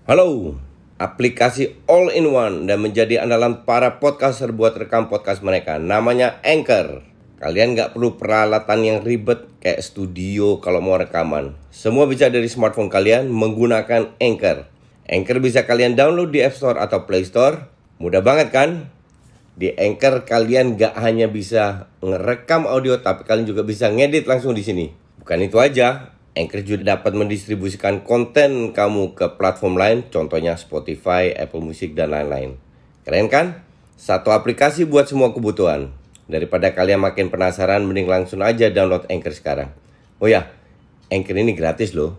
Halo, aplikasi all-in-one dan menjadi andalan para podcaster buat rekam podcast mereka. Namanya Anchor. Kalian nggak perlu peralatan yang ribet kayak studio kalau mau rekaman. Semua bisa dari smartphone kalian menggunakan Anchor. Anchor bisa kalian download di App Store atau Play Store. Mudah banget kan? Di Anchor kalian nggak hanya bisa ngerekam audio, tapi kalian juga bisa ngedit langsung di sini. Bukan itu aja, Anchor juga dapat mendistribusikan konten kamu ke platform lain, contohnya Spotify, Apple Music, dan lain-lain. Keren kan? Satu aplikasi buat semua kebutuhan. Daripada kalian makin penasaran, mending langsung aja download Anchor sekarang. Oh ya, Anchor ini gratis loh.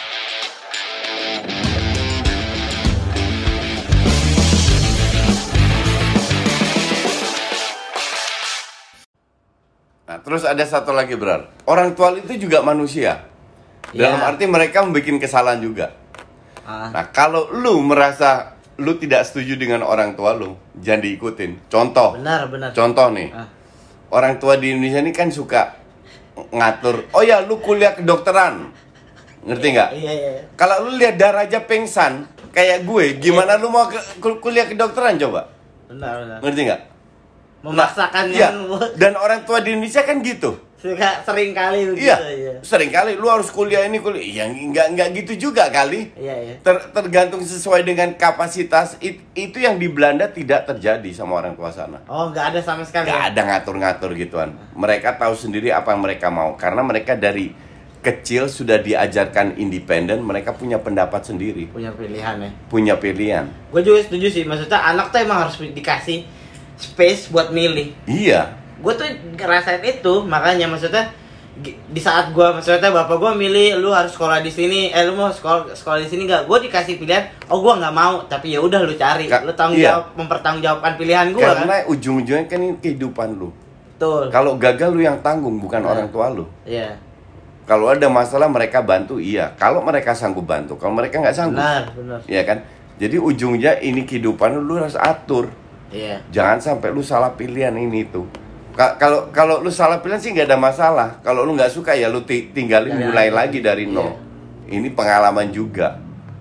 Nah, terus ada satu lagi, Bro. Orang tua itu juga manusia. Dalam arti mereka membuat kesalahan juga. Nah, kalau lu merasa lu tidak setuju dengan orang tua lu, jangan diikutin. Contoh. Benar. Contoh nih. Orang tua di Indonesia ini kan suka ngatur, oh ya lu kuliah kedokteran. Ngerti nggak? Iya. Kalau lu lihat darah aja pingsan kayak gue, gimana lu mau kuliah kedokteran coba? Benar. Ngerti nggak? Memaksakan Iya. yang Dan orang tua di Indonesia kan gitu. sering kali begitu. Iya. Sering kali lu harus kuliah ini kuliah. Ya enggak gitu juga kali. Iya. Tergantung sesuai dengan kapasitas. Itu yang di Belanda tidak terjadi sama orang tua sana. Oh, nggak ada sama sekali. Nggak ada ngatur-ngatur gituan. Mereka tahu sendiri apa yang mereka mau. Karena mereka dari kecil sudah diajarkan independen. Mereka punya pendapat sendiri. Punya pilihan ya. Punya pilihan. Gue juga setuju sih. Maksudnya anak tuh emang harus dikasih space buat milih. Iya. Gue tuh ngerasain itu, makanya maksudnya di saat gue, maksudnya bapak gue milih lu harus sekolah di sini, lu mau sekolah di sini nggak? Gue dikasih pilihan, oh gue nggak mau, tapi ya udah lu cari, lu tanggung jawab, mempertanggungjawabkan pilihan gue. Karena kan? ujung-ujungnya kan ini kehidupan lu. Betul. Kalau gagal lu yang tanggung, bukan orang tua lu. Iya. Kalau ada masalah mereka bantu, iya. Kalau mereka sanggup bantu, kalau mereka nggak sanggup, Benar. iya kan? Jadi ujungnya ini kehidupan lu harus atur. Iya. Jangan sampai lu salah pilihan ini tuh. Kalau lu salah pilihan sih nggak ada masalah. Kalau lu nggak suka ya lu tinggalin, mulai lagi dari nol. Ini pengalaman juga.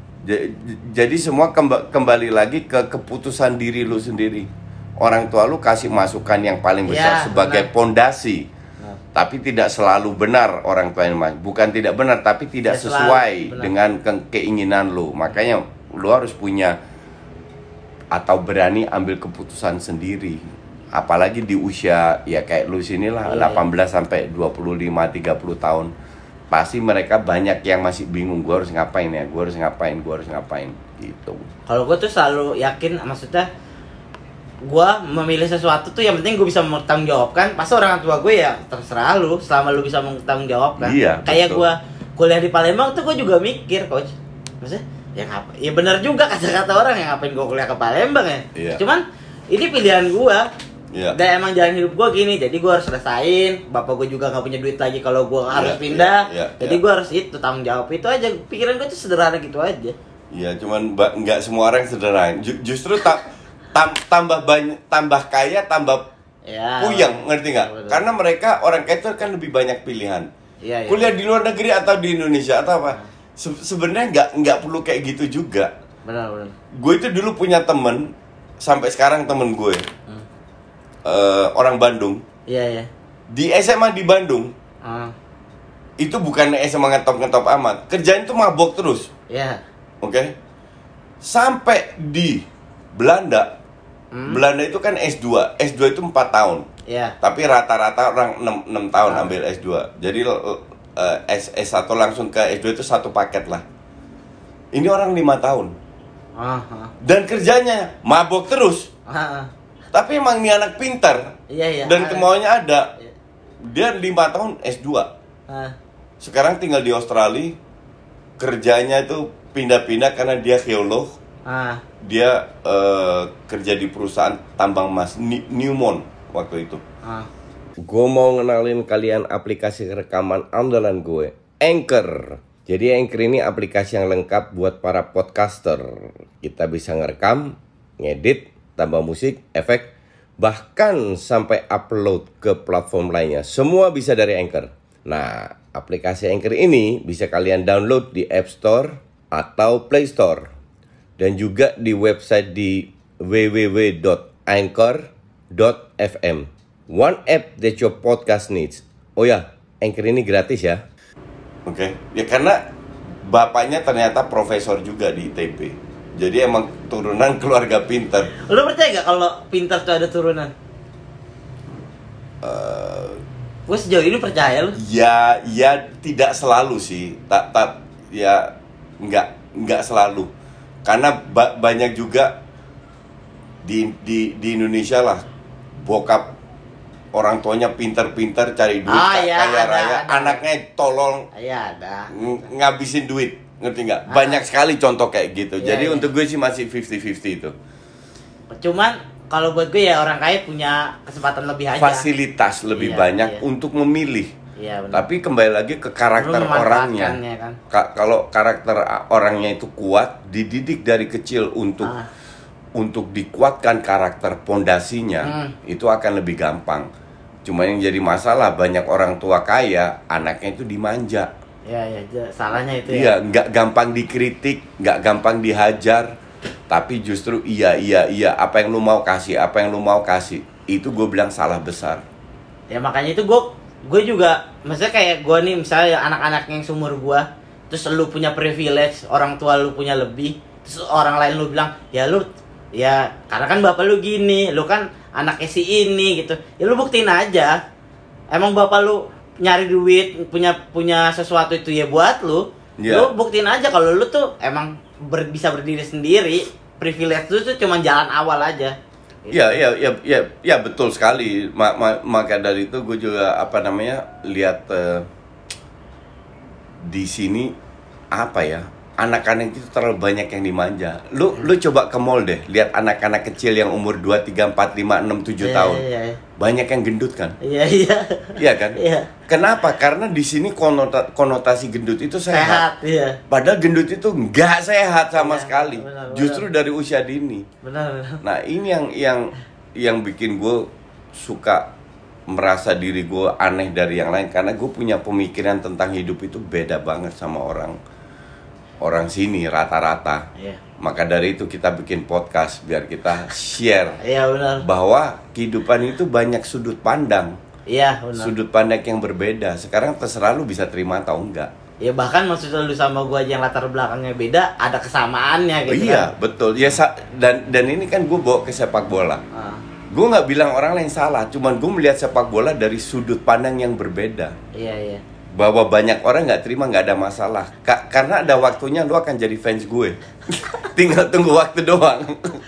Jadi semua kembali lagi ke keputusan diri lu sendiri. Orang tua lu kasih masukan yang paling besar sebagai pondasi. Tapi tidak selalu benar orang tua yang bukan tidak benar, tapi tidak sesuai dengan keinginan lu. Makanya lu harus punya atau berani ambil keputusan sendiri. Apalagi di usia ya kayak lu sinilah 18 sampai 25 30 tahun. Pasti mereka banyak yang masih bingung, gua harus ngapain gitu. Kalau gue tuh selalu yakin, maksudnya gue memilih sesuatu tuh yang penting gue bisa mempertanggungjawabkan. Pasti orang tua gue ya terserah lu, selama lu bisa mempertanggungjawabkan. Iya, kayak betul. gue kuliah di Palembang tuh gue juga mikir, coach, maksudnya ya benar juga kata-kata orang, yang ngapain gue kuliah ke Palembang ya. Iya. Cuman ini pilihan gue. Iya. Dan emang jalan hidup gue gini, jadi gue harus selesain. Bapak gue juga nggak punya duit lagi kalau gue harus pindah. Jadi gue harus itu tanggung jawab itu aja. Pikiran gue tuh sederhana gitu aja. Iya, cuman nggak semua orang sederhana. Justru tambah banyak, tambah kaya, tambah puyeng, ngerti nggak? Karena mereka orang kaya itu kan lebih banyak pilihan. Iya. Kuliah di luar negeri atau di Indonesia atau apa? Sebenarnya nggak perlu kayak gitu juga. Benar. Gue itu dulu punya temen, sampai sekarang temen gue. Orang Bandung. Iya. Di SMA di Bandung. Itu bukan SMA ngetop amat. Kerjaan itu mabok terus. Iya. Oke. Sampai di Belanda. Belanda itu kan S2. S2 itu 4 tahun. Iya. Tapi rata-rata orang 6 tahun ambil S2. Jadi S1 langsung ke S2 itu satu paket lah. Ini orang 5 tahun. Dan kerjanya mabok terus. Tapi emang ini anak pintar. Iya. Dan kemauannya ada. Dia 5 tahun S2. Sekarang tinggal di Australia. Kerjanya itu pindah-pindah karena dia geolog. Dia kerja di perusahaan tambang emas Newmont waktu itu. Gue mau ngenalin kalian aplikasi rekaman andalan gue, Anchor. Jadi Anchor ini aplikasi yang lengkap buat para podcaster. Kita bisa ngerekam, ngedit, tambah musik, efek, bahkan sampai upload ke platform lainnya. Semua bisa dari Anchor. Nah, aplikasi Anchor ini bisa kalian download di App Store atau Play Store. dan juga di website di www.anchor.fm. One app that your podcast needs. Oh ya, Anchor ini gratis ya. Oke. Ya karena bapaknya ternyata profesor juga di ITB. Jadi emang turunan keluarga pintar. Lu percaya gak kalau pintar tuh ada turunan? Gue sejauh ini percaya lu. Ya tidak selalu sih. Ya nggak selalu. Karena banyak juga di Indonesia lah bokap orang tuanya pintar-pintar cari duit kaya raya, anaknya tolong. Iya ada. Ngabisin duit, ngerti nggak? Banyak sekali contoh kayak gitu. Jadi untuk gue sih masih 50-50 itu. Cuman kalau buat gue ya orang kaya punya kesempatan lebih aja. Fasilitas lebih banyak untuk memilih. Iya, benar. Tapi kembali lagi ke karakter orangnya. Kan? Kalau karakter orangnya itu kuat, dididik dari kecil untuk dikuatkan karakter pondasinya, itu akan lebih gampang. Cuma yang jadi masalah banyak orang tua kaya, anaknya itu dimanja. Iya, salahnya itu ya. Iya, nggak gampang dikritik, nggak gampang dihajar. Tapi justru iya apa yang lu mau kasih itu gue bilang salah besar. Ya makanya itu gue juga maksudnya kayak gue nih misalnya anak-anak yang seumur gue, terus lu punya privilege, orang tua lu punya lebih, terus orang lain lu bilang ya lu ya karena kan bapak lu gini, lu kan anaknya si ini gitu, ya lu buktiin aja emang bapak lu nyari duit punya sesuatu itu ya buat lu. Lu buktiin aja kalau lu tuh emang bisa berdiri sendiri. Privilege itu tuh cuma jalan awal aja. Gitu. Ya betul sekali. Maka dari itu gue juga lihat di sini anak-anak itu terlalu banyak yang dimanja. Lu coba ke mall deh, lihat anak-anak kecil yang umur 2, 3, 4, 5, 6, 7 tahun. Iya. Banyak yang gendut kan? Iya. Iya kan? Iya. Kenapa? Karena di sini konotasi gendut itu sehat. Iya. Padahal gendut itu nggak sehat sama sekali. Benar. Justru dari usia dini. Benar. Nah, ini yang bikin gue suka merasa diri gue aneh dari yang lain, karena gue punya pemikiran tentang hidup itu beda banget sama orang sini rata-rata. Iya. Maka dari itu kita bikin podcast biar kita share. Iya benar. Bahwa kehidupan itu banyak sudut pandang. Iya benar. Sudut pandang yang berbeda. Sekarang terserah lu bisa terima atau enggak. Ya bahkan maksudnya lu sama gua aja yang latar belakangnya beda, ada kesamaannya gitu. Iya kan? Betul. Ya dan ini kan gue bawa ke sepak bola. Gue nggak bilang orang lain salah, cuman gue melihat sepak bola dari sudut pandang yang berbeda. Iya. Bahwa banyak orang nggak terima, nggak ada masalah. Karena ada waktunya lu akan jadi fans gue. Tinggal tunggu waktu doang.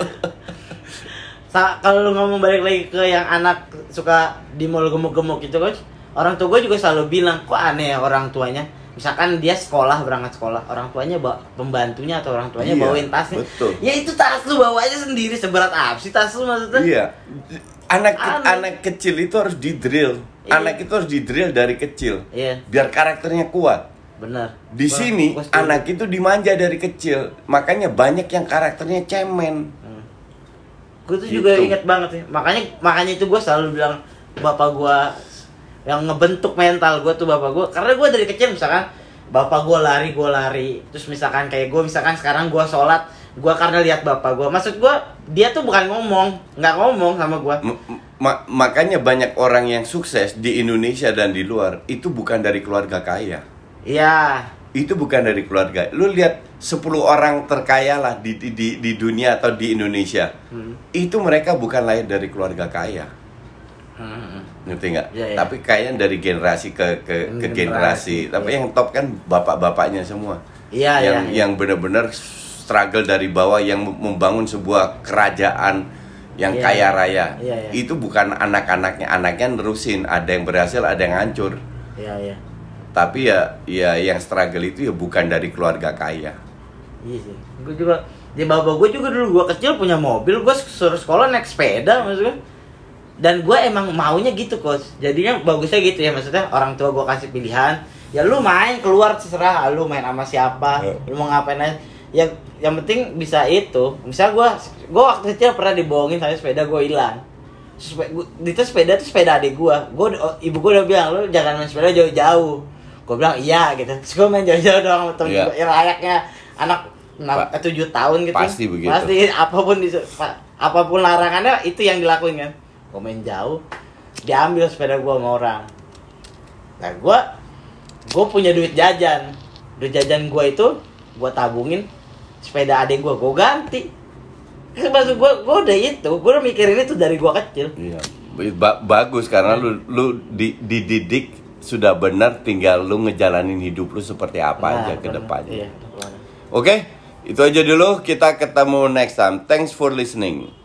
Kalau lu ngomong balik lagi ke yang anak suka di mall gemuk-gemuk gitu Coach, orang tua gue juga selalu bilang, kok aneh ya orang tuanya. Misalkan dia berangkat sekolah, orang tuanya pembantunya atau orang tuanya bawain tasnya. Betul. Ya itu tas lu bawa aja sendiri, seberat apa sih tas lu maksudnya? Iya. Anak kecil itu harus di-drill. Iya. Anak itu harus di-drill dari kecil. Iya. Biar karakternya kuat. Benar. Di sini anak itu dimanja dari kecil. Makanya banyak yang karakternya cemen. Gue tuh juga inget banget sih. Makanya itu gue selalu bilang bapak gue yang ngebentuk mental gue tuh bapak gue. Karena gue dari kecil misalkan bapak gue lari. Terus misalkan kayak gue sekarang gue sholat, gue karena lihat bapak gue. Maksud gue dia tuh bukan nggak ngomong sama gue. Makanya banyak orang yang sukses di Indonesia dan di luar itu bukan dari keluarga kaya. Iya. Itu bukan dari keluarga. Lu lihat 10 orang terkaya lah di dunia atau di Indonesia. Itu mereka bukan lahir dari keluarga kaya. Ngerti nggak? Ya. Tapi kayaknya dari generasi ke generasi. Tapi yang top kan bapak-bapaknya semua. Iya. Yang benar-benar struggle dari bawah, yang membangun sebuah kerajaan yang kaya raya. Iya. Itu bukan anaknya nerusin. Ada yang berhasil, ada yang hancur. Iya. Tapi ya yang struggle itu ya bukan dari keluarga kaya. Iya sih. Gue juga, di bapak gue juga dulu gue kecil punya mobil, gue suruh sekolah naik sepeda maksudnya. Dan gue emang maunya gitu Coach. Jadinya bagusnya gitu ya, maksudnya orang tua gue kasih pilihan. Ya lu main keluar terserah, lu main sama siapa, lu mau ngapain aja. Yang penting bisa itu. Misal gue waktu kecil pernah dibohongin sama sepeda gue hilang. Itu sepeda adik gue. Ibu gue udah bilang, lu jangan main sepeda jauh-jauh. Gue bilang iya gitu. Terus gue main jauh-jauh doang sama temen gue. Yang layaknya anak 7 tahun gitu. Pasti begitu. Pasti apapun larangannya itu yang dilakuin kan. Gue main jauh, diambil sepeda gue sama orang. Nah gue punya duit jajan. Duit jajan gue itu gue tabungin, sepeda adik gue ganti. Maksud gue udah mikirin itu dari gue kecil. Iya. Bagus karena lu dididik sudah benar, tinggal lu ngejalanin hidup lu seperti apa aja ke depannya. Iya, Oke, itu aja dulu, kita ketemu next time. Thanks for listening.